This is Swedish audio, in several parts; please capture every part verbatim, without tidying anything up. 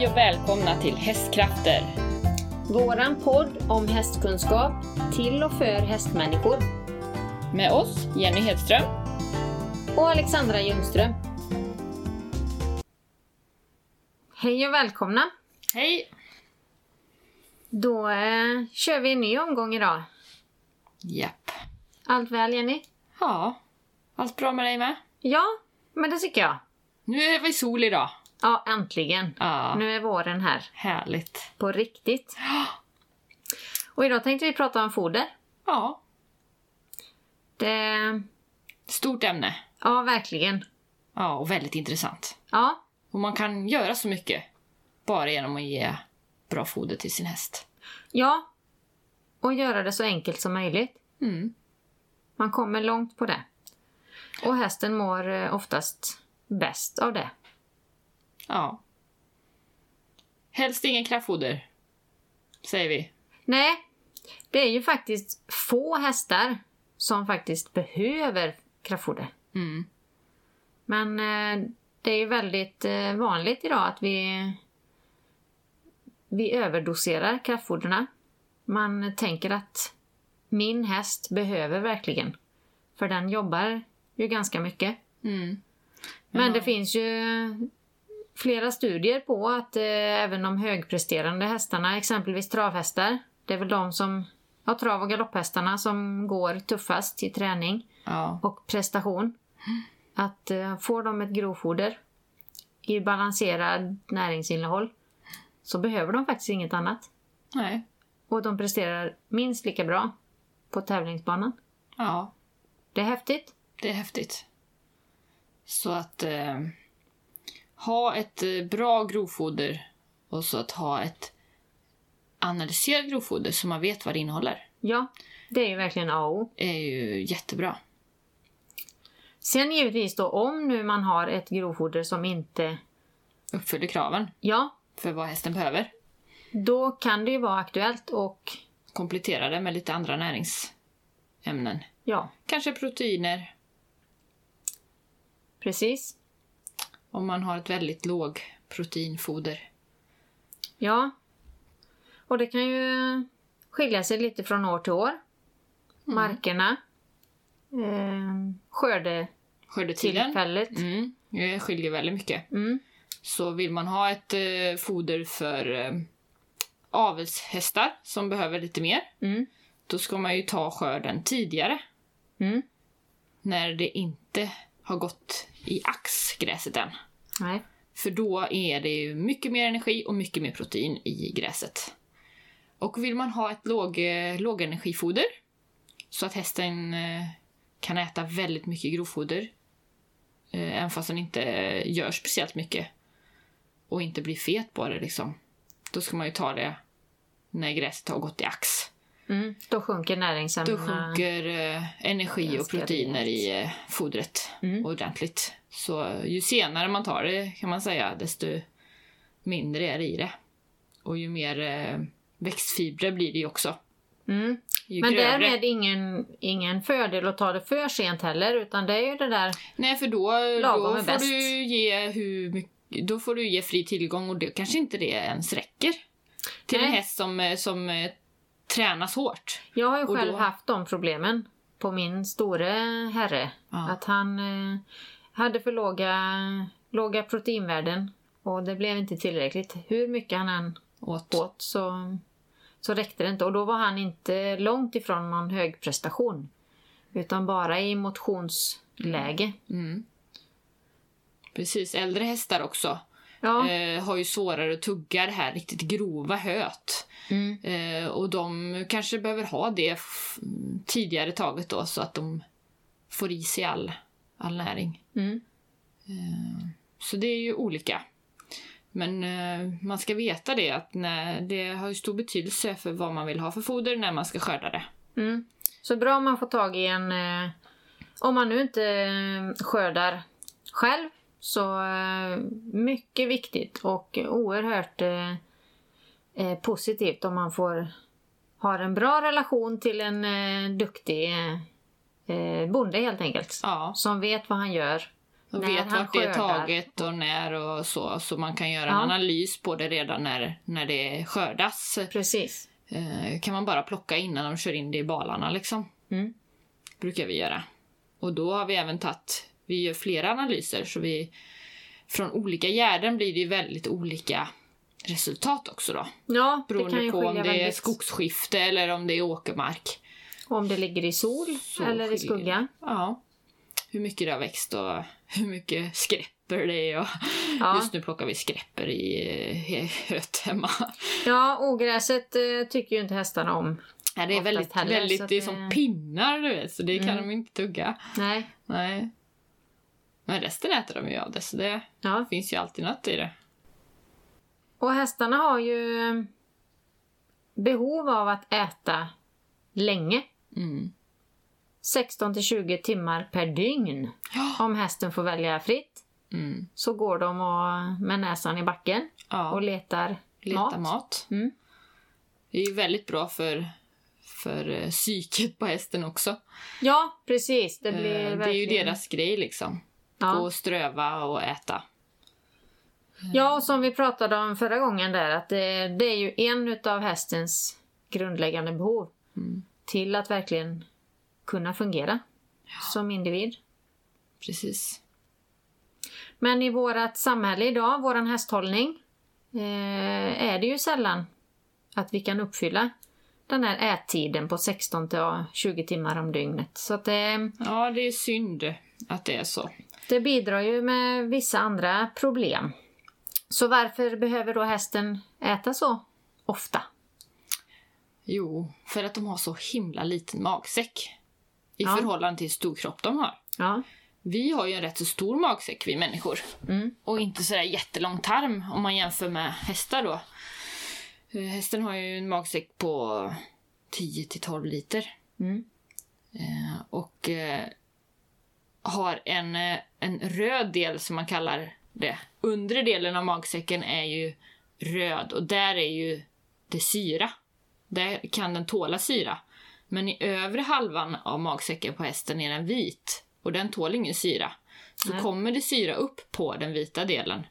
och välkomna till Hästkrafter. Våran podd om hästkunskap till och för hästmänniskor. Med oss, Jenny Hedström. Och Alexandra Ljungström. Hej och välkomna. Hej. Då eh, kör vi en ny omgång idag. Japp. Allt väl, Jenny? Ja, allt bra med dig med? Ja, men det tycker jag. Nu är vi sol idag. Ja, äntligen. Ja. Nu är våren här. Härligt. På riktigt. Och idag tänkte vi prata om foder. Ja. Det... Stort ämne. Ja, verkligen. Ja, och väldigt intressant. Ja. Och man kan göra så mycket bara genom att ge bra foder till sin häst. Ja. Och göra det så enkelt som möjligt. Mm. Man kommer långt på det. Och hästen mår oftast bäst av det. Ja. Helst ingen kraftfoder, säger vi. Nej, det är ju faktiskt få hästar som faktiskt behöver kraftfoder. Mm. Men eh, det är ju väldigt eh, vanligt idag att vi, vi överdoserar kraftfoderna. Man tänker att min häst behöver verkligen. För den jobbar ju ganska mycket. Mm. Men Ja. det finns ju flera studier på att eh, även de högpresterande hästarna, exempelvis travhästar, det är väl de som, ja, trav- och galopphästarna som går tuffast i träning Ja. och prestation, att eh, får de ett grovfoder i balanserad näringsinnehåll så behöver de faktiskt inget annat. Nej. Och de presterar minst lika bra på tävlingsbanan. Ja. Det är häftigt. Det är häftigt. Så att eh, ha ett eh, bra grovfoder och så att ha ett analyserat grovfoder så man vet vad det innehåller Ja, det är ju verkligen A och O. är ju jättebra. Sen givetvis då, om nu man har ett grovfoder som inte, Uppfyller kraven ja, för vad hästen behöver. då kan det ju vara aktuellt och, Komplettera det med lite andra näringsämnen. ja, Kanske proteiner precis. om man har ett väldigt låg proteinfoder. Ja, och det kan ju skilja sig lite från år till år. Markerna, eh, skördetillfället. Skördetiden. Mm, det skiljer väldigt mycket. Mm. Så vill man ha ett eh, foder för eh, avelshästar som behöver lite mer, Mm. då ska man ju ta skörden tidigare. Mm. När det inte har gått i ax, gräset än. Nej. För då är det ju mycket mer energi och mycket mer protein i gräset. Och vill man ha ett låg, eh, lågenergifoder så att hästen eh, kan äta väldigt mycket grovfoder eh, även fast den inte gör speciellt mycket och inte blir fet på det liksom. Då ska man ju ta det när gräset har gått i ax. Mm. Då sjunker Då näringsämnena. sjunker eh, energi och ganska proteiner i eh, fodret Mm. ordentligt. Så eh, ju senare man tar det kan man säga, desto mindre är det i det. Och ju mer eh, växtfibrer blir det ju också. Mm. Ju Men grövre. därmed ingen, ingen fördel att ta det för sent heller, utan det är ju det där. Nej, för då, Lagom då är får bäst. du ge hur mycket, då får du ge fri tillgång och det kanske inte det ens räcker till Nej. en häst som, eh, som eh, tränas hårt. Jag har ju Och själv då- haft de problemen på min store herre. Ja. Att han eh, hade för låga, låga proteinvärden och det blev inte tillräckligt. Hur mycket han än Åt. åt så, så räckte det inte. Och då var han inte långt ifrån någon hög prestation. Utan bara i motionsläge. Mm. Precis, äldre hästar också Ja. eh, har ju svårare att tugga det här riktigt grova höet. Mm. Eh, och de kanske behöver ha det f- tidigare taget då så att de får i sig all, all näring. Mm. Så det är ju olika. Men eh, man ska veta det att när, det har ju stor betydelse för vad man vill ha för foder när man ska skörda det. Mm. Så bra om man får tag i en... Eh, om man nu inte eh, skördar själv, så eh, mycket viktigt och oerhört eh, eh, positivt om man får har en bra relation till en eh, duktig eh, bonde helt enkelt. Ja. Som vet vad han gör, Och när vet han vart det är skördar. taget och när och så. Så man kan göra en Ja. analys på det redan när, när det skördas. Precis. Eh, kan man bara plocka innan de kör in det i balarna liksom. Mm. Brukar vi göra. Och då har vi även tagit, vi gör flera analyser så vi, från olika gärden blir det ju väldigt olika resultat också då. Ja, det kan Beroende ju på om skilja det är väldigt. skogsskifte eller om det är åkermark. Om det ligger i sol Så eller i skiljer- skugga. Ja. Hur mycket det har växt och hur mycket skräpper det är. Och Ja. just nu plockar vi skräpper i eh, höet hemma. Ja, ogräset eh, tycker ju inte hästarna om. Ja, det är Oftast väldigt, heller, så väldigt att det är det- som pinnar du vet, så det kan Mm. de inte tugga. Nej. Nej. Men resten äter de ju av det, så det Ja. finns ju alltid något i det. Och hästarna har ju eh, behov av att äta länge. Mm. sexton till tjugo timmar per dygn. Ja. Om hästen får välja fritt Mm. så går de och, med näsan i backen Ja, och letar leta mat. mat. Mm. Det är ju väldigt bra för, för eh, psyket på hästen också. Ja, precis. Det blir Eh, det är ju verkligen... deras grej liksom. Gå Ja. och ströva och äta. ja, och som vi pratade om förra gången där, att det, det är ju en utav hästens grundläggande behov Mm. till att verkligen kunna fungera som individ. Precis. Men i vårt samhälle idag, våran hästhållning, eh, är det ju sällan att vi kan uppfylla den här ättiden på sexton till tjugo timmar om dygnet. Så att det, Ja, det är synd att det är så. det bidrar ju med vissa andra problem. Så varför behöver då hästen äta så ofta? Jo, för att de har så himla liten magsäck. I Ja. förhållande till hur stor kropp de har. Ja. Vi har ju en rätt så stor magsäck, vi människor. Mm. Och inte sådär jättelång tarm om man jämför med hästar då. Eh, Hästen har ju en magsäck på tio till tolv liter. Mm. Eh, och eh, har en, eh, en röd del som man kallar det. Undre delen av magsäcken är ju röd och där är ju det syra. Där kan den tåla syra. Men i övre halvan av magsäcken på hästen är den vit och den tål ingen syra. Så Nej. kommer det syra upp på den vita delen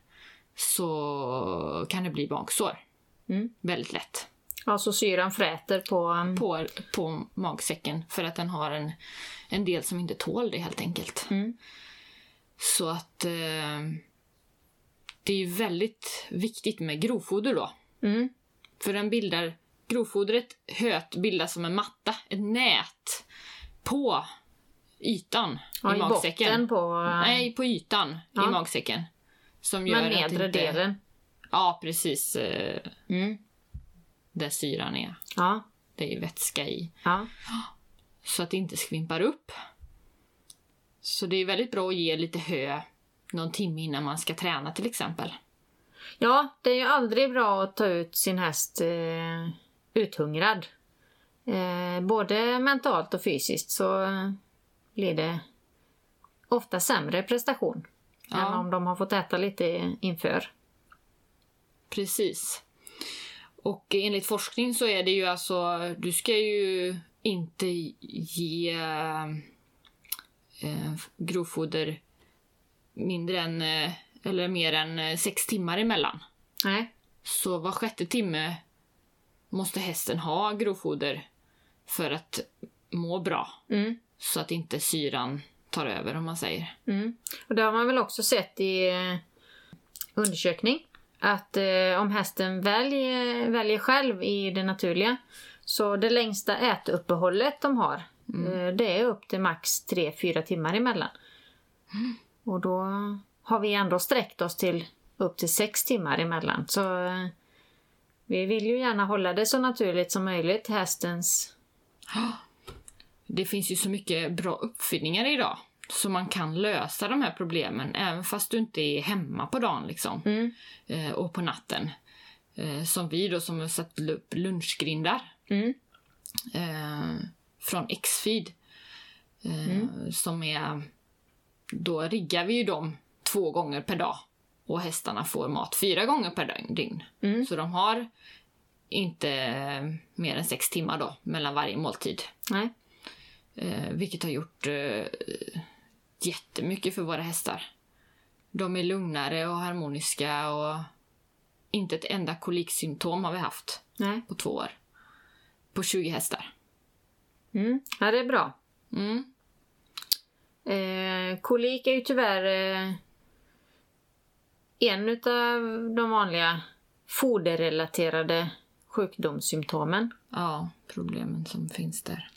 så kan det bli magsår. Mm. Väldigt lätt. Alltså syran fräter på... På, på magsäcken för att den har en, en del som inte tål det helt enkelt. Mm. Så att eh, det är ju väldigt viktigt med grovfoder då. Mm. För den bildar, grovfodret, höet bildas som en matta, ett nät på ytan Ja, i i magsäcken. botten på... Nej, på ytan Ja. i magsäcken. Som gör Men att nedre inte, delen. Ja, precis. Eh, Mm. där syran är. Ja. Det är vätska i. Ja. Så att det inte skvimpar upp. Så det är väldigt bra att ge lite hö någon timme innan man ska träna till exempel. Ja, det är ju aldrig bra att ta ut sin häst eh, uthungrad. Eh, både mentalt och fysiskt så eh, blir det ofta sämre prestation. Ja. Än om de har fått äta lite inför. Precis. Och enligt forskning så är det ju alltså, du ska ju inte ge eh, grovfoder mindre än, eh, eller mer än eh, sex timmar emellan. Nej. Så var sjätte timme måste hästen ha grovfoder för att må bra. Mm. Så att inte syran tar över om man säger. Mm. Och det har man väl också sett i eh, undersökning. Att eh, om hästen väljer, väljer själv i det naturliga. Så det längsta ätuppehållet de har. Eh, det är upp till max tre fyra timmar emellan. Mm. Och då har vi ändå sträckt oss till upp till sex timmar emellan. Så eh, vi vill ju gärna hålla det så naturligt som möjligt. Hästens... Det finns ju så mycket bra uppfinningar idag. Så man kan lösa de här problemen även fast du inte är hemma på dagen liksom. Mm. Eh, och på natten. Eh, som vi då som har satt upp lunchgrindar. Mm. Eh, från X-feed. Eh, Mm. Som är... Då riggar vi ju dem två gånger per dag. Och hästarna får mat fyra gånger per dygn. Mm. Så de har inte mer än sex timmar då mellan varje måltid. Nej. Eh, vilket har gjort eh, jättemycket för våra hästar. De är lugnare och harmoniska och inte ett enda koliksymptom har vi haft Nej. på två år. På tjugo hästar. Mm. Ja, det är bra. Mm. Eh, kolik är ju tyvärr eh, en av de vanliga foderrelaterade sjukdomssymptomen. Ja, problemen som finns där.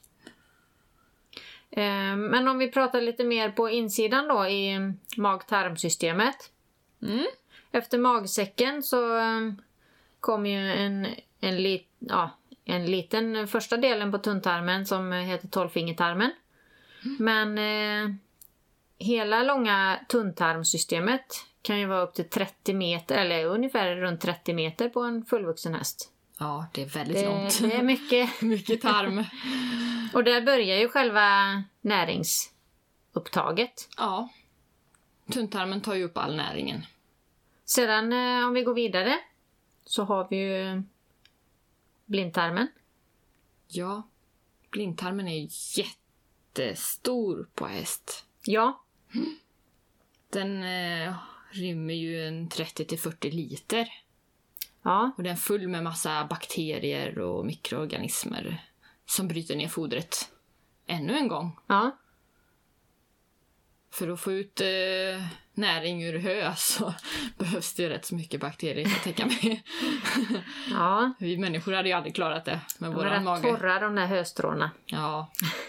Eh, men om vi pratar lite mer på insidan då i mag-tarmsystemet. Mm. Efter magsäcken så eh, kom ju en, en, lit, ja, en liten första delen på tunntarmen som heter tolvfingertarmen. Mm. Men eh, hela långa tunntarmsystemet kan ju vara upp till trettio meter, eller ungefär runt trettio meter på en fullvuxen häst. Ja, det är väldigt Det, långt. det är mycket. Mycket tarm. Och där börjar ju själva näringsupptaget. Ja. Tunntarmen tar ju upp all näringen. Sedan eh, om vi går vidare så har vi ju blindtarmen. Ja, blindtarmen är jättestor på häst. Ja. Den eh, rymmer ju en trettio till fyrtio liter. Ja. Och den är full med massa bakterier och mikroorganismer som bryter ner fodret ännu en gång. Ja. För att få ut eh, näring ur hö så behövs det rätt så mycket bakterier, jag tänker mig. Ja. Vi människor hade ju aldrig klarat det med De är våran rätt mage. torra de där höstråna. Ja.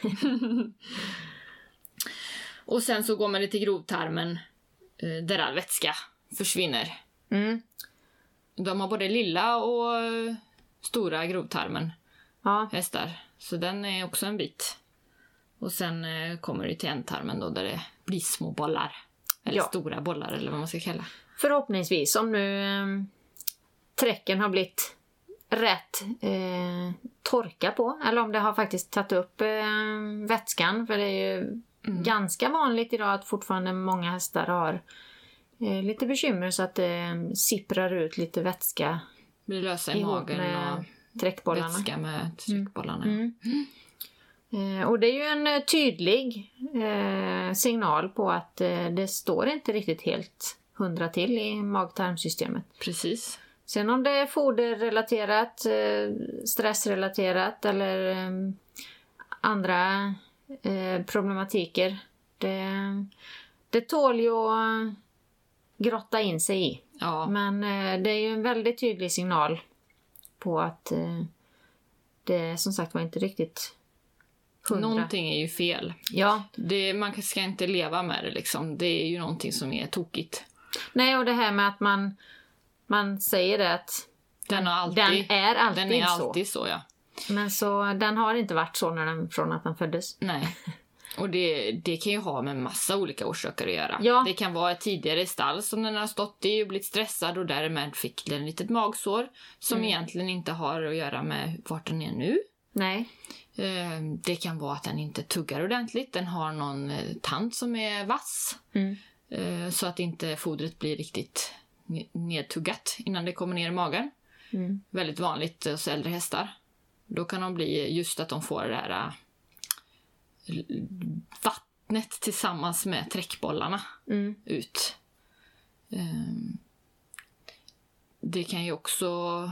Och sen så går man till grovtarmen eh, där all vätska försvinner. Mm. De har både lilla och eh, stora grovtarmen. Ja. Hästar. Så den är också en bit. Och sen eh, kommer det till ändtarmen då där det blir små bollar. Eller Ja. stora bollar eller vad man ska kalla. Förhoppningsvis om nu eh, träcken har blivit rätt eh, torka på. Eller om det har faktiskt tagit upp eh, vätskan. För det är ju mm. ganska vanligt idag att fortfarande många hästar har eh, lite bekymmer så att det eh, sipprar ut lite vätska. Blir lösa i magen och träckbollarna. vätska med tryckbollarna. Mm. Mm. Eh, och det är ju en eh, tydlig eh, signal på att eh, det står inte riktigt helt hundra till i mag-tarmsystemet. Precis. Sen om det är foderrelaterat, eh, stressrelaterat eller eh, andra eh, problematiker. Det, det tål ju att grotta in sig i. Ja. Men eh, det är ju en väldigt tydlig signal på att eh, det som sagt var inte riktigt hundra. Någonting är ju fel. Ja. Det, man ska inte leva med det liksom. Det är ju någonting som är tokigt. Nej, och det här med att man, man säger det att den, har alltid, den är alltid, den är så. alltid så. Ja. Men så den har inte varit så när den, från att den föddes. Nej. Och det, det kan ju ha med massa olika orsaker att göra. Ja. Det kan vara ett tidigare stall som den har stått i och blivit stressad och därmed fick den ett litet magsår som mm. egentligen inte har att göra med vart den är nu. Nej. Det kan vara att den inte tuggar ordentligt. Den har någon tand som är vass. Mm. Så att inte fodret blir riktigt nedtuggat innan det kommer ner i magen. Mm. Väldigt vanligt hos äldre hästar. Då kan de bli just att de får det här vattnet tillsammans med träckbollarna mm. ut. Det kan ju också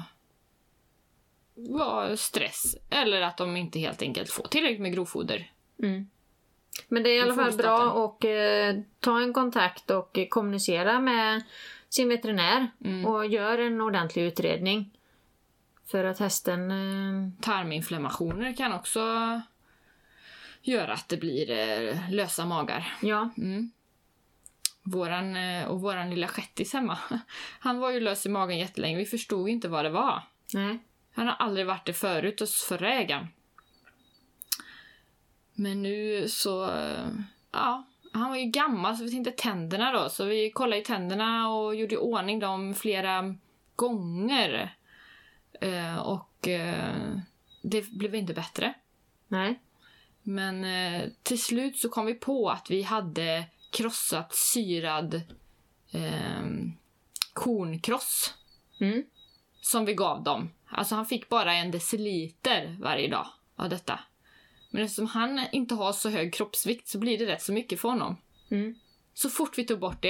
vara stress eller att de inte helt enkelt får tillräckligt med grovfoder. Mm. Men det är i alla fall bra att eh, ta en kontakt och eh, kommunicera med sin veterinär mm. och gör en ordentlig utredning. För att hästen... Eh... Tarminflammationer kan också göra att det blir eh, lösa magar. Ja. Mm. Våran, och våran lilla shettis hemma. Han var ju lös i magen jättelänge. Vi förstod inte vad det var. Nej. Han har aldrig varit det förut hos förra ägaren. Men nu så... Ja, han var ju gammal så vi tänkte tänderna då. Så vi kollade i tänderna och gjorde i ordning dem flera gånger. Eh, och eh, det blev inte bättre. Nej. Men eh, till slut så kom vi på att vi hade krossat syrad eh, kornkross. Mm. Som vi gav dem. Alltså han fick bara en deciliter varje dag av detta. Men eftersom han inte har så hög kroppsvikt så blir det rätt så mycket för honom. Mm. Så fort vi tog bort det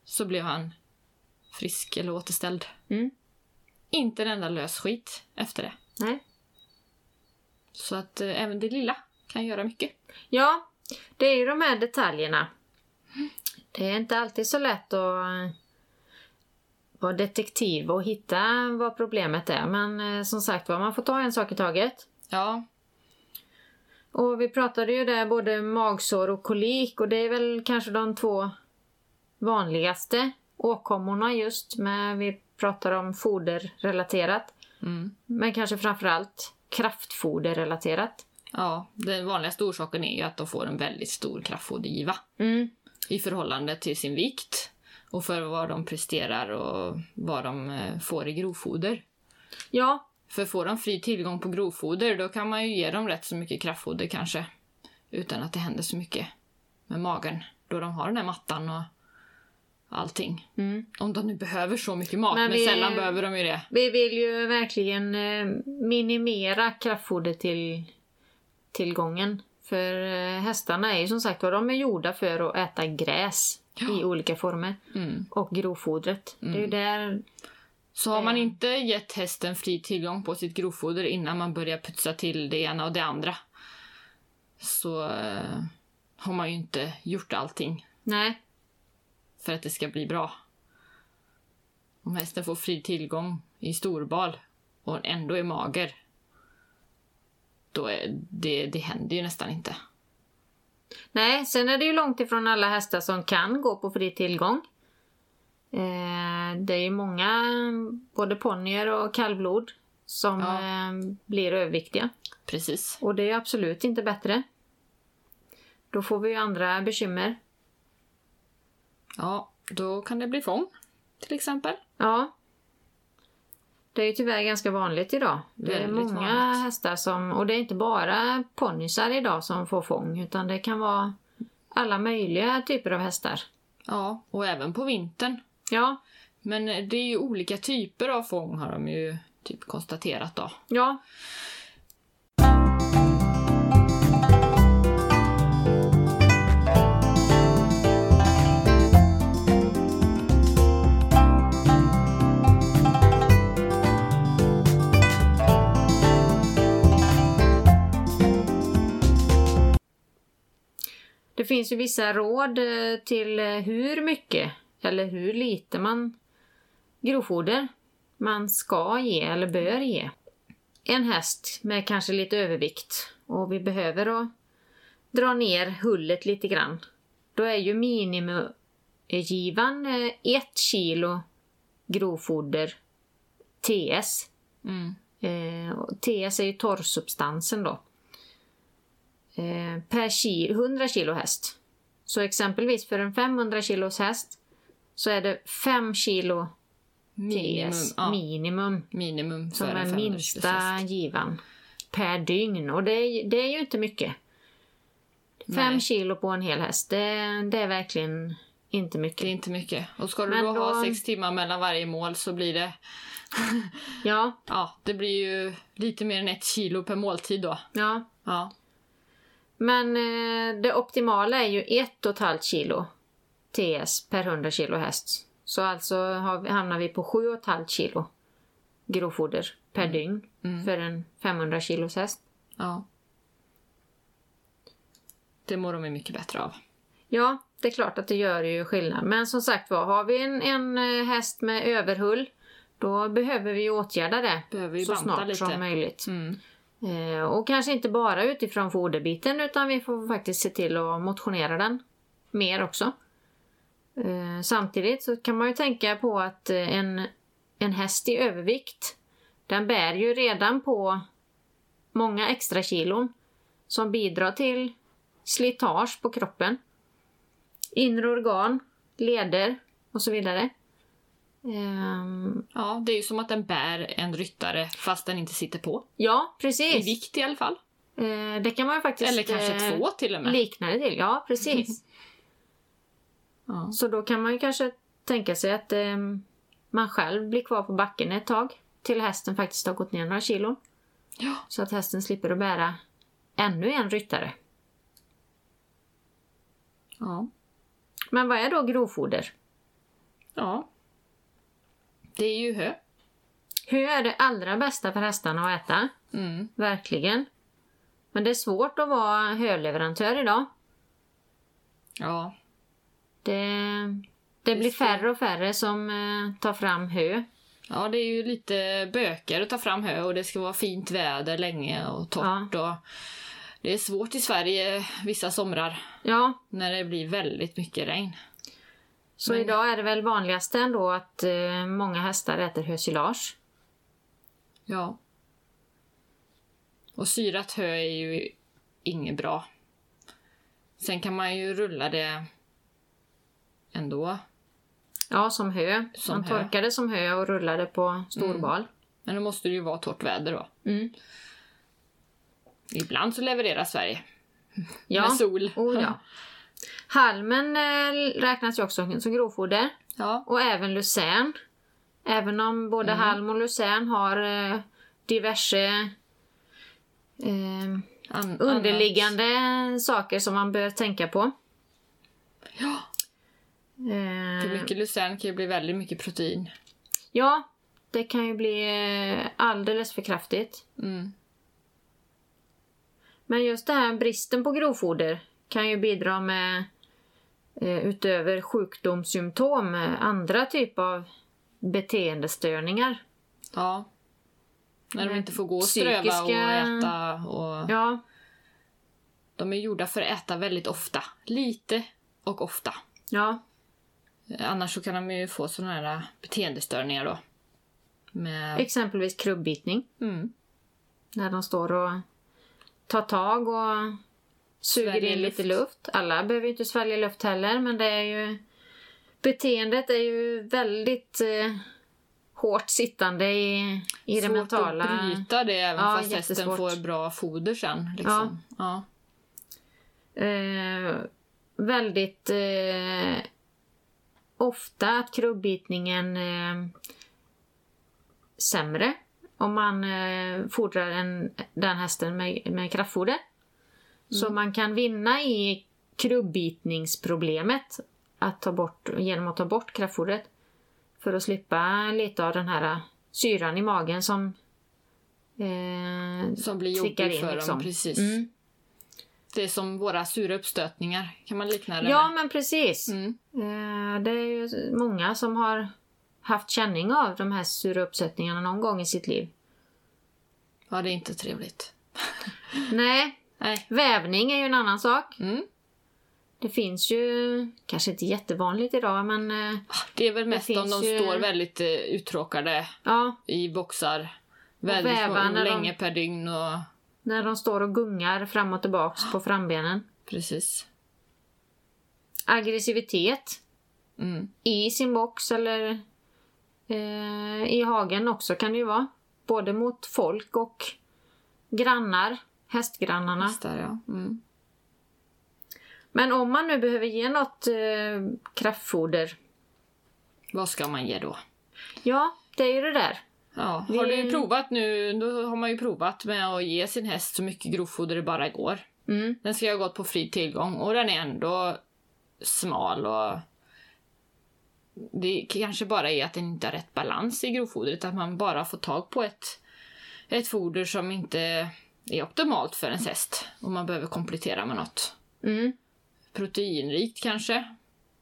så blev han frisk eller återställd. Mm. Inte en enda lös skit efter det. Nej. Så att eh, även det lilla kan göra mycket. Ja, det är ju de här detaljerna. Det är inte alltid så lätt att vara detektiv och hitta vad problemet är. Men eh, som sagt var, man får ta en sak i taget. Ja. Och vi pratade ju där både magsår och kolik. Och det är väl kanske de två vanligaste åkommorna just. Med, vi pratar om foderrelaterat. Mm. Men kanske framförallt kraftfoderrelaterat. Ja, den vanligaste orsaken är ju att de får en väldigt stor kraftfodergiva. Mm. I förhållande till sin vikt. Och för vad de presterar och vad de får i grovfoder. Ja. För får de fri tillgång på grovfoder, då kan man ju ge dem rätt så mycket kraftfoder kanske. Utan att det händer så mycket med magen. Då de har den här mattan och allting. Mm. Om de nu behöver så mycket mat, men, men vi, sällan behöver de ju det. Vi vill ju verkligen eh, minimera kraftfoder till tillgången. För eh, hästarna är ju som sagt vad de är gjorda för att äta gräs ja. i olika former. Mm. Och grovfodret. Mm. Det är ju där... Så har man inte gett hästen fri tillgång på sitt grovfoder innan man börjar putsa till det ena och det andra, så eh, har man ju inte gjort allting. Nej. För att det ska bli bra. Om hästen får fri tillgång i storbal och ändå är mager, då är det, det händer ju nästan inte. Nej, sen är det ju långt ifrån alla hästar som kan gå på fri tillgång. Eh, det är ju många, både ponnyer och kallblod, som ja. eh, blir överviktiga. Precis. Och det är absolut inte bättre. Då får vi ju andra bekymmer. Ja, då kan det bli fång, till exempel. Ja. Det är ju tyvärr ganska vanligt idag. Det är Väldigt många vanligt. hästar som, och det är inte bara ponnysar idag som får fång, utan det kan vara alla möjliga typer av hästar. Ja, och även på vintern. Ja. Men det är ju olika typer av fång, har de ju typ konstaterat då. Ja. Det finns ju vissa råd till hur mycket eller hur lite man grovfoder man ska ge eller bör ge. En häst med kanske lite övervikt och vi behöver då dra ner hullet lite grann. Då är ju minimigivan ett kilo grovfoder T S. Mm. Eh, T S är ju torrsubstansen då. Eh, per kilo, hundra kilo häst. Så exempelvis för en femhundra kilos häst så är det fem kilo Minimum, T S ja. minimum Minimum för som en är femhundra minsta häst. givan per dygn. Och det är, det är ju inte mycket. Fem Nej. kilo på en hel häst, det, det är verkligen inte mycket. Det är inte mycket. Och ska du Men då, då- ha sex timmar mellan varje mål så blir det... Ja, Ja, det blir ju lite mer än ett kilo per måltid då. ja. Ja. Men eh, det optimala är ju ett och ett halvt kilo T S per hundra kilo häst. Så alltså har, vi- hamnar vi på sju och ett halvt kilo grovfoder per dygn Mm. för en femhundra kilos häst. Ja. Det mår de ju mycket bättre av. Ja, det är klart att det gör ju skillnad. Men som sagt var, har vi en, en eh, häst med överhull, då behöver vi åtgärda det Behöver vi så banta snart lite. som möjligt. Mm. Eh, och kanske inte bara utifrån foderbiten, utan vi får faktiskt se till att motionera den mer också. Eh, samtidigt så kan man ju tänka på att eh, en, en häst i övervikt, den bär ju redan på många extra kilon som bidrar till slitage på kroppen, inre organ, leder och så vidare. Ehm, Ja, det är ju som att den bär en ryttare fast den inte sitter på. ja, I precis. vikt i alla fall. Eh, det kan man ju faktiskt Eller kanske eh, två till och med. likna det till. Ja, precis. Ja. Så då kan man ju kanske tänka sig att eh, man själv blir kvar på backen ett tag till hästen faktiskt har gått ner några kilo. Ja. Så att hästen slipper att bära ännu en ryttare. Ja. Men vad är då grovfoder? Ja. Det är ju hö. Hö är det allra bästa för hästarna att äta. Mm. Verkligen. Men det är svårt att vara höleverantör idag. Ja. Det, det blir så. färre och färre som eh, tar fram hö. Ja, det är ju lite bökar att ta fram hö och det ska vara fint väder länge och torrt. Och det är svårt i Sverige vissa somrar Ja, när det blir väldigt mycket regn. så Men- idag är det väl vanligast ändå att eh, många hästar äter hösilage. Ja. Och syrat hö är ju inget bra. Sen kan man ju rulla det ändå. Ja, som hö. Som Man hö. torkade som hö och rullade på storbal. Men då måste det ju vara torrt väder då. Mm. Ibland så levererar Sverige. Ja. Med sol. Oh, ja. Halmen eh, räknas ju också som grovfoder. Ja. Och även lucern. Även om både Mm. halm och lucern har eh, diverse eh, An- underliggande saker som man bör tänka på. Ja. Eh, För mycket lucern kan ju bli väldigt mycket protein. Ja, det kan ju bli eh, alldeles för kraftigt. Mm. Men just det här bristen på grovfoder kan ju bidra med eh, utöver sjukdomssymptom eh, andra typer av beteendestörningar. Ja. När de Med inte får gå och ströva och psykiska- äta. Och... Ja, De är gjorda för att äta väldigt ofta. Lite och ofta. ja, Annars så kan de ju få såna här beteendestörningar då. Med... exempelvis krubbitning. Mm. När de står och tar tag och suger Sväljer in lite luft. luft. Alla behöver ju inte svälja luft heller, men det är ju... Beteendet är ju väldigt eh, hårt sittande i, i det Svårt mentala. att bryta det även Ja, fast hästen jättesvårt. får bra foder sen. Liksom. Ja. Eh, väldigt eh, ofta att krubbitningen eh, sämre om man eh, fodrar en, den hästen med, med kraftfoder. Så man kan vinna i krubbitningsproblemet att ta bort, genom att ta bort kraftfodret. För att slippa lite av den här syran i magen som eh, Som blir tickar jobbig in, för liksom. dem. Precis. Mm. Det är som våra sura uppstötningar. Kan man likna det Ja, med. men precis. Mm. Eh, det är ju många som har haft känning av de här sura uppsättningarna någon gång i sitt liv. Ja, det är inte trevligt. Nej, Nej. vävning är ju en annan sak. Mm. Det finns ju, kanske inte jättevanligt idag, men eh, Det är väl mest om finns de ju- står väldigt eh, uttråkade ja, i boxar. Väldigt väva när de- länge per dygn och... när de står och gungar fram och tillbaks på frambenen. Precis. Aggressivitet Mm. i sin box eller eh, i hagen också kan det ju vara. Både mot folk och grannar, hästgrannarna. Just där, ja. Mm. Men om man nu behöver ge något eh, kraftfoder, Vad ska man ge då? ja, det är ju det där. Ja, Vi- har du provat nu, då har man ju provat med att ge sin häst så mycket grovfoder det bara går. Mm. Den ska ju ha gått på fri tillgång och den är ändå smal och det kanske bara är att den inte har rätt balans i grovfodret, att man bara får tag på ett, ett foder som inte är optimalt för ens häst och man behöver komplettera med något Mm. proteinrikt kanske.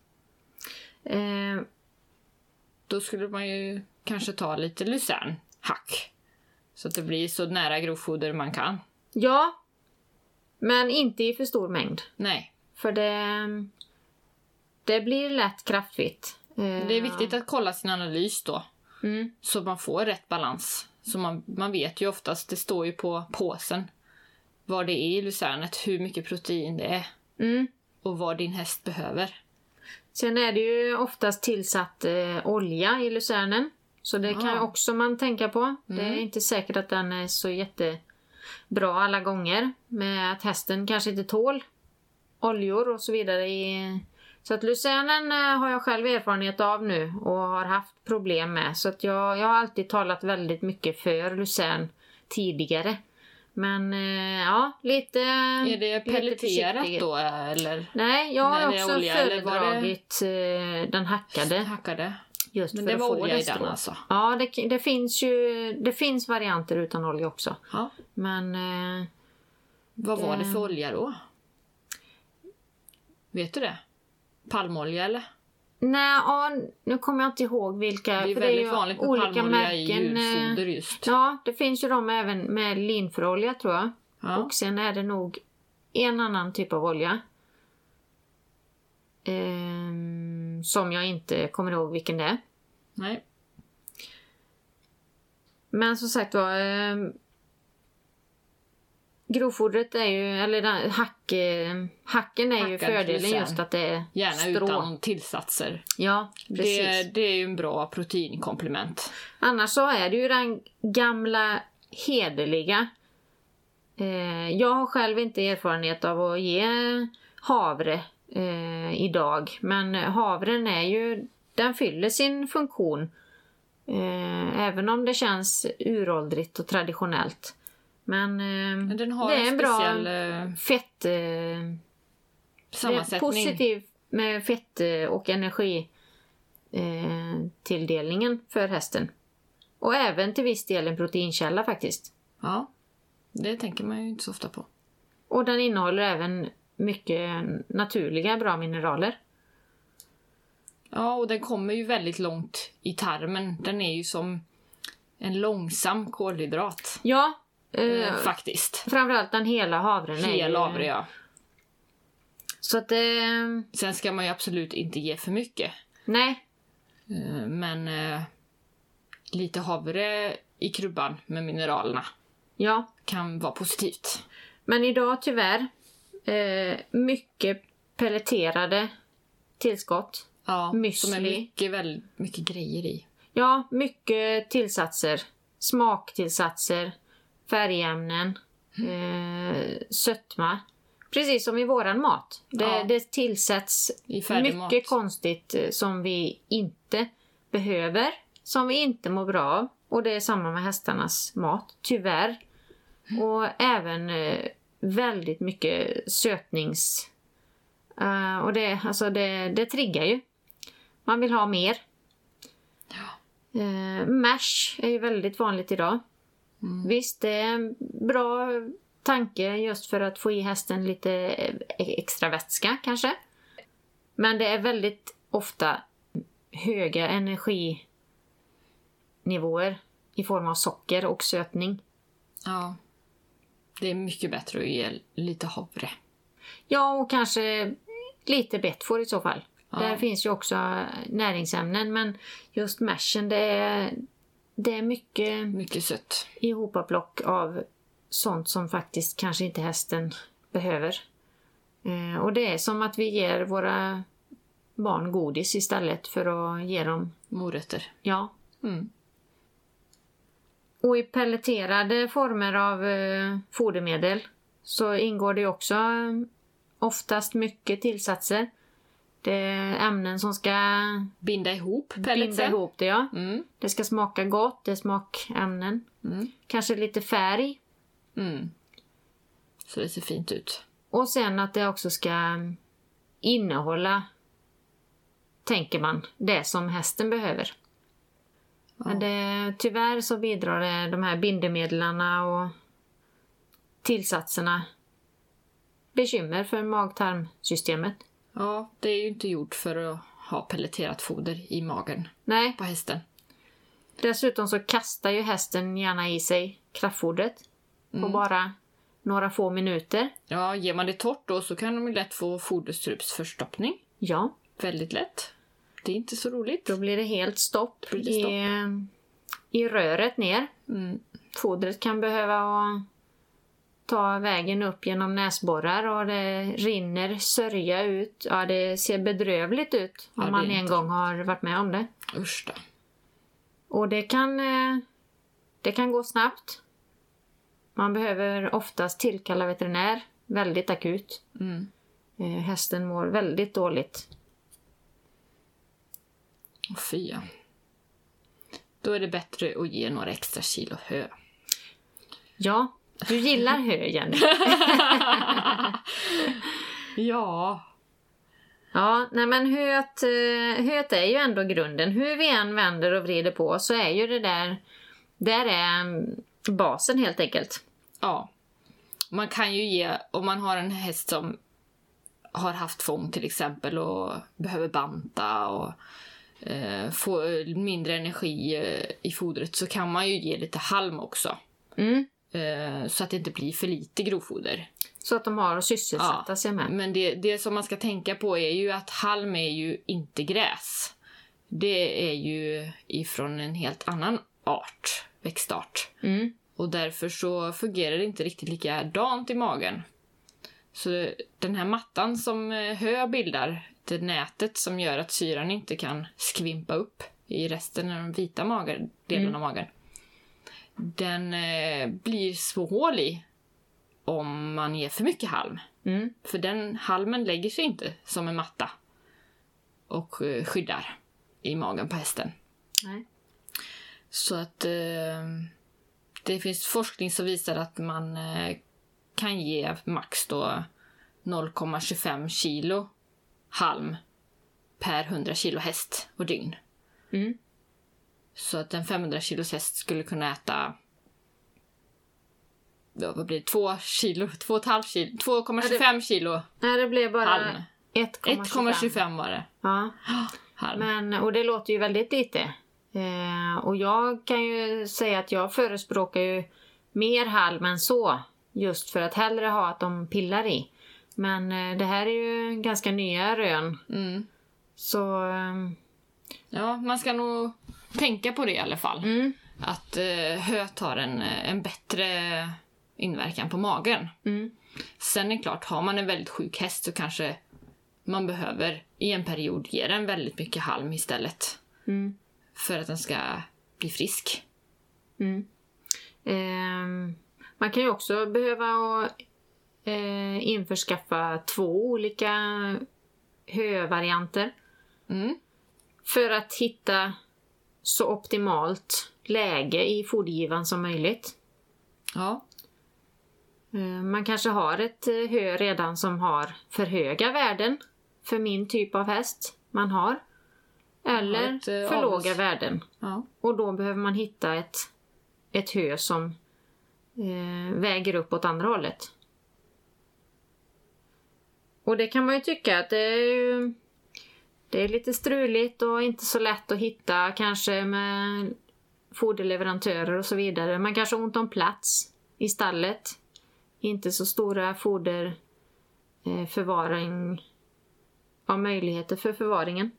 Eh, Då skulle man ju kanske ta lite lucern, hack, så att det blir så nära grovfoder man kan. ja, men inte i för stor mängd. Nej, För det, det blir lätt kraftfritt. Eh, det är viktigt att kolla sin analys då. Mm. Så man får rätt balans. Så man, man vet ju oftast, det står ju på påsen vad det är i lucernet, hur mycket protein det är Mm. och vad din häst behöver. Sen är det ju oftast tillsatt eh, olja i lucernen. Så det kan Ah. ju också man tänka på. Det är Mm. inte säkert att den är så jättebra alla gånger. Med att hästen kanske inte tål oljor och så vidare. I... Så att lucernen eh, har jag själv erfarenhet av nu och har haft problem med. Så att jag, jag har alltid talat väldigt mycket för lucern tidigare. Men eh, ja, lite Är det pelleterat försiktighet. då eller? Nej, jag har Nej, det är också olja, eller var det- föredragit eh, den hackade. Hackade? Just Men för det att var få olja det i den strå. alltså? Ja, det, det finns ju det finns varianter utan olja också. Ja. Men eh, Vad var det Det- för olja då? Vet du det? Palmolja eller? nej, ja, nu kommer jag inte ihåg vilka. Det är för väldigt ju vanligt med olika palmolja i märken, eh, djurfoder just. Ja, det finns ju de även med linfröolja tror jag. Ja. Och sen är det nog en annan typ av olja. Ehm, som jag inte kommer ihåg vilken det är. Nej. Men som sagt var, eh, grovfodret är ju, eller den, hack, eh, hacken är ju Hackad fördelen glycen. just att det är Gärna strå. utan tillsatser. Ja, precis. Det, det är ju en bra proteinkomplement. Annars så är det ju den gamla hederliga. Eh, jag har själv inte erfarenhet av att ge havre eh, idag. Men havren är ju, den fyller sin funktion. Eh, även om det känns uråldrigt och traditionellt. Men, eh, Men den har det är en en bra speciell eh, fett... Eh, det är sammansättning. positiv med fett eh, och energi eh, tilldelningen för hästen. Och även till viss del en proteinkälla faktiskt. Ja, det tänker man ju inte så ofta på. Och den innehåller även mycket naturliga bra mineraler. Ja, och den kommer ju väldigt långt i tarmen. Den är ju som en långsam kolhydrat. Ja, eh, Eh, faktiskt. framförallt den hela havren. är Hel ju- havre, ja. Så att det... Sen ska man ju absolut inte ge för mycket. Nej, Eh, men eh, lite havre i krubban med mineralerna ja. kan vara positivt. Men idag tyvärr eh, mycket pelleterade tillskott. Ja, Müsli. som är mycket, väldigt mycket grejer i. Ja, mycket tillsatser. Smaktillsatser, färgämnen, eh, sötma. Precis som i våran mat. Det, Ja. det tillsätts I färdig mat. mycket konstigt eh, som vi inte behöver, som vi inte mår bra av. Och det är samma med hästarnas mat, tyvärr. Och även eh, väldigt mycket sötnings... Eh, och det, alltså det, det triggar ju. Man vill ha mer. Eh, mash är ju väldigt vanligt idag. Mm. Visst, det är en bra tanke just för att få i hästen lite eh, extra vätska kanske. Men det är väldigt ofta höga energinivåer i form av socker och sötning. Ja. Det är mycket bättre att ge lite havre. Ja, och kanske lite bettfår i så fall. Ja. Där finns ju också näringsämnen, men just mashen, det är, det är mycket Mycket sött. ihopaplock av sånt som faktiskt kanske inte hästen behöver. Eh, och det är som att vi ger våra barn godis istället för att ge dem, Morötter. ja. Mm. Och i pelleterade former av eh, fodermedel så ingår det också eh, oftast mycket tillsatser. Det är ämnen som ska Binda ihop binda pelletsen. ihop det, ja. Mm. Det ska smaka gott, det är smakämnen. Mm. Kanske lite färg. Mm. Så det ser fint ut. Och sen att det också ska innehålla, tänker man, det som hästen behöver. Ja. Men det, tyvärr så bidrar det, de här bindemedlarna och tillsatserna, bekymmer för mag-tarmsystemet. Ja, det är ju inte gjort för att ha pelleterat foder i magen Nej, på hästen. dessutom så kastar ju hästen gärna i sig kraftfodret på Mm. bara några få minuter. Ja, ger man det torrt då så kan de ju lätt få foderstrupsförstoppning. Ja, Väldigt lätt. Det är inte så roligt. då blir det helt stopp, Blir det stopp. I, i röret ner. Mm. Fodret kan behöva ta vägen upp genom näsborrar och det rinner sörja ut. Ja, det ser bedrövligt ut om Ja, det man är en inte- gång har varit med om det. Usch då. Och det kan, eh, det kan gå snabbt. Man behöver oftast tillkalla veterinär väldigt akut. Mm. Eh, hästen mår väldigt dåligt. Och fy ja. Då är det bättre att ge några extra kilo hö. Ja, Du gillar hö, Jenny. Ja. Ja, nej men höet, eh, höet är ju ändå grunden. Hur vi än vänder och vrider på så är ju det där, där är mm, basen helt enkelt. Ja. Man kan ju ge, om man har en häst som har haft fång till exempel och behöver banta och eh, få mindre energi eh, i fodret, så kan man ju ge lite halm också. Mm. Eh, så att det inte blir för lite grovfoder. Så att de har att sysselsätta Ja, sig med. men det, det som man ska tänka på är ju att halm är ju inte gräs. Det är ju ifrån en helt annan art, växtart. Mm. Och därför så fungerar det inte riktigt likadant i magen. Så den här mattan som hö bildar, det nätet som gör att syran inte kan skvimpa upp i resten av den vita magen, delen Mm. av magen. Den eh, blir svårlig om man ger för mycket halm. Mm. För den halmen lägger sig inte som en matta och eh, skyddar i magen på hästen. Nej. Så att eh, det finns forskning som visar att man eh, kan ge max då noll komma tjugofem kilo halm per hundra kilo häst och dygn. Mm. Så att en femhundra kilos häst skulle kunna äta, ja, vad blir det? två kilo, två komma fem kilo, två komma tjugofem kilo Nej, det blev bara halm. ett komma ett komma tjugofem. tjugofem var det. Ja. Halm. Men, och det låter ju väldigt lite. Eh, och jag kan ju säga att jag förespråkar ju mer halm än så. Just för att hellre ha att de pillar i. Men eh, det här är ju ganska nya rön. Mm. Så... Eh, Ja, man ska nog tänka på det i alla fall. mm, Att eh, höet har en, en bättre inverkan på magen. mm, Sen är det klart, har man en väldigt sjuk häst så kanske man behöver i en period ge den väldigt mycket halm istället. mm, För att den ska bli frisk. mm. Eh, man kan ju också behöva eh, införskaffa två olika hövarianter. Mm. För att hitta så optimalt läge i fodergivan som möjligt. Ja. Eh, Man kanske har ett eh, hö redan som har för höga värden för min typ av häst man har. Eller ett, eh, för avs- låga värden. Ja. Och då behöver man hitta ett, ett hö som eh, väger upp åt andra hållet. Och det kan man ju tycka att det är ju, det är lite struligt och inte så lätt att hitta kanske med foderleverantörer och så vidare. Man kanske har ont om plats i stallet. Inte så stora foder eh, förvaring av möjligheter för förvaringen.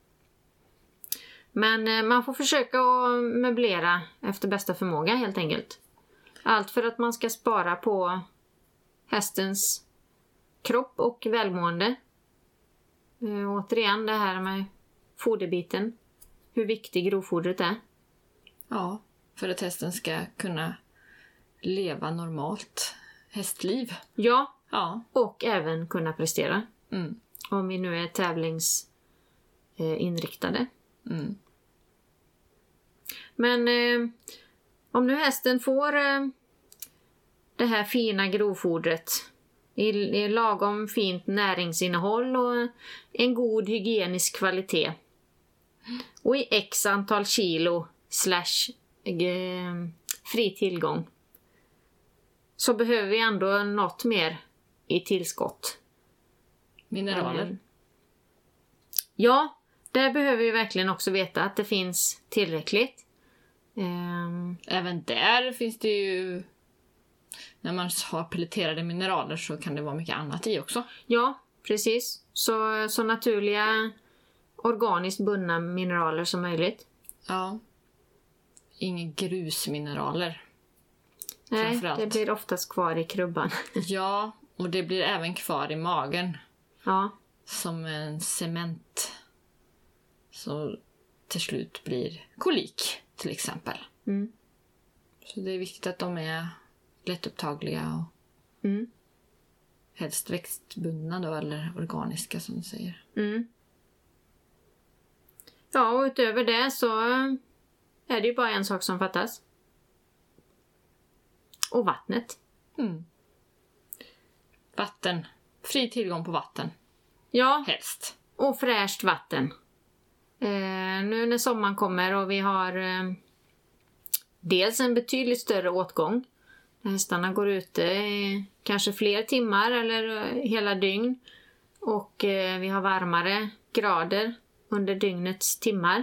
Men eh, man får försöka att möblera efter bästa förmåga helt enkelt. Allt för att man ska spara på hästens kropp och välmående. Eh, återigen det här med foderbiten. Hur viktig grovfodret är. Ja, för att hästen ska kunna leva normalt hästliv. Ja, Ja. och även kunna prestera. Mm. Om vi nu är tävlingsinriktade. Mm. Men eh, om nu hästen får eh, det här fina grovfodret i, i lagom fint näringsinnehåll och en god hygienisk kvalitet och i x antal kilo slash eh, fri tillgång, så behöver vi ändå något mer i tillskott. Mineraler. Mm. Ja, där behöver vi verkligen också veta att det finns tillräckligt. Ehm, Även där finns det ju, när man har pelleterade mineraler så kan det vara mycket annat i också. ja, precis. Så, så naturliga organiskt bundna mineraler som möjligt. Ja. Inga grusmineraler. Nej, Framförallt. det blir oftast kvar i krubban. Ja, och det blir även kvar i magen. Ja, Som en cement. Så till slut blir kolik till exempel. mm, Så det är viktigt att de är lättupptagliga och mm, helst växtbundna då, eller organiska som du säger. mm. Ja, och utöver det så är det ju bara en sak som fattas. Och vattnet. Mm. Vatten. Fri tillgång på vatten. Ja, Helst. och fräscht vatten. Eh, nu när sommaren kommer och vi har eh, dels en betydligt större åtgång. Hästarna går ute eh, kanske fler timmar eller eh, hela dygn. Och eh, vi har varmare grader under dygnets timmar.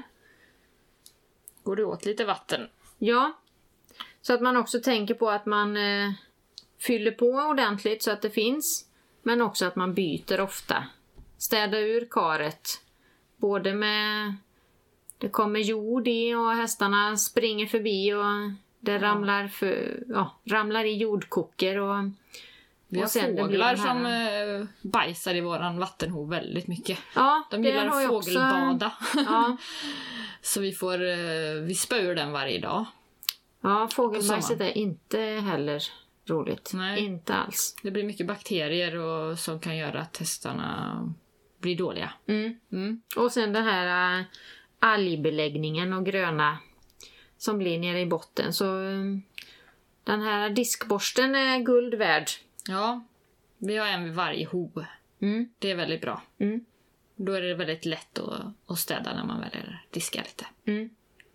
Går det åt lite vatten? Ja, så att man också tänker på att man eh, fyller på ordentligt så att det finns. Men också att man byter ofta. Städa ur karet. Både med... Det kommer jord i och hästarna springer förbi och det Ja. ramlar, för, ja, ramlar i jordkoker. Och, Vi har och sen det blir fåglar den här- som eh, bajsar i våran vattenho väldigt mycket. Ja, De det gillar har att jag också- fågelbada. Ja, Så vi får... eh, Vi spör den varje dag. ja fågelbajset sommaren. är inte heller roligt. Nej. Inte alls. Det blir mycket bakterier och som kan göra att hästarna blir dåliga. Mm. Mm. Och sen den här äh, algbeläggningen och gröna som blir nere i botten. Så äh, den här diskborsten är guld värd. Ja, vi har en vid varje ho. Mm. Det är väldigt bra. Mm. Då är det väldigt lätt att, att städa när man väl diskar lite. Mm.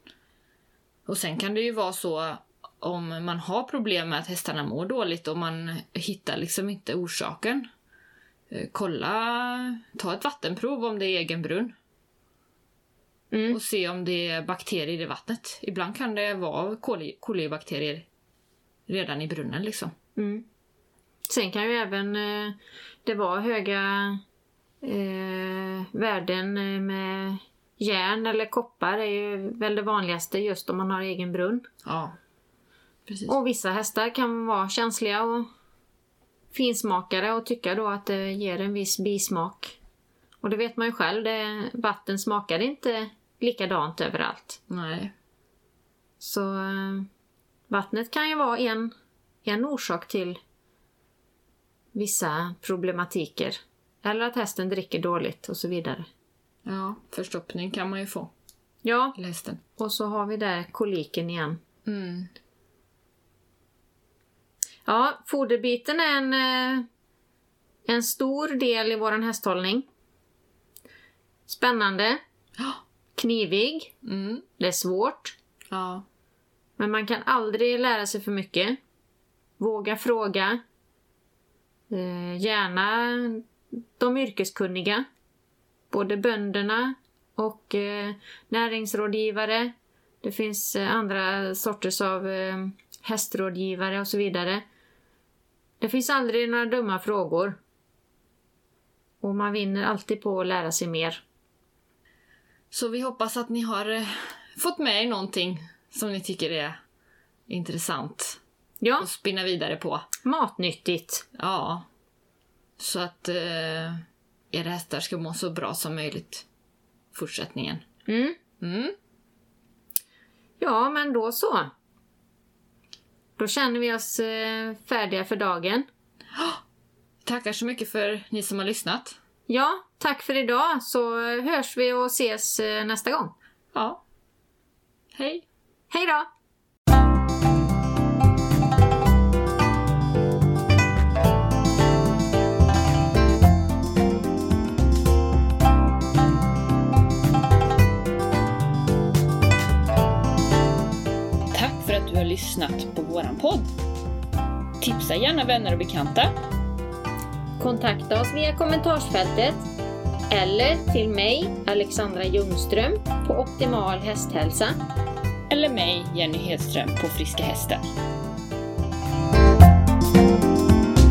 Och sen kan det ju vara så om man har problem med att hästarna mår dåligt och man hittar liksom inte orsaken. Eh, Kolla, ta ett vattenprov om det är egen brunn. Mm. Och se om det är bakterier i vattnet. Ibland kan det vara koli- kolibakterier redan i brunnen liksom. Mm. Sen kan ju även äh, det vara höga äh, värden äh, med järn eller koppar är ju väl det vanligaste just om man har egen brunn. Ja, precis. Och vissa hästar kan vara känsliga och finsmakare och tycka då att det ger en viss bismak. Och det vet man ju själv, det, vatten smakar inte likadant överallt. Nej. Så eh, vattnet kan ju vara en, en orsak till vissa problematiker. Eller att hästen dricker dåligt och så vidare. Ja, förstoppning kan man ju få Ja, till hästen. och så har vi där koliken igen. Mm. Ja, foderbiten är en, eh, en stor del i våran hästhållning. Spännande, Ja. knivig, Mm. det är svårt. Ja. Men man kan aldrig lära sig för mycket. Våga fråga. Eh, gärna de yrkeskunniga. Både bönderna och eh, näringsrådgivare. Det finns eh, andra sorters av eh, hästrådgivare och så vidare. Det finns aldrig några dumma frågor. Och man vinner alltid på att lära sig mer. Så vi hoppas att ni har eh, fått med er någonting som ni tycker är intressant Ja, att spinna vidare på. matnyttigt. Ja. Så att eh, era hästar ska må så bra som möjligt i fortsättningen. Mm. Mm. Ja, men då så. Då känner vi oss eh, färdiga för dagen. Tackar så mycket för ni som har lyssnat. Ja, tack för idag, så hörs vi och ses eh, nästa gång. Ja. Hej. Hej då! Tack för att du har lyssnat på våran podd. Tipsa gärna vänner och bekanta. Kontakta oss via kommentarsfältet eller till mig, Alexandra Ljungström, på Optimal Hästhälsa. Eller mig, Jenny Hedström, på Friska Hästen.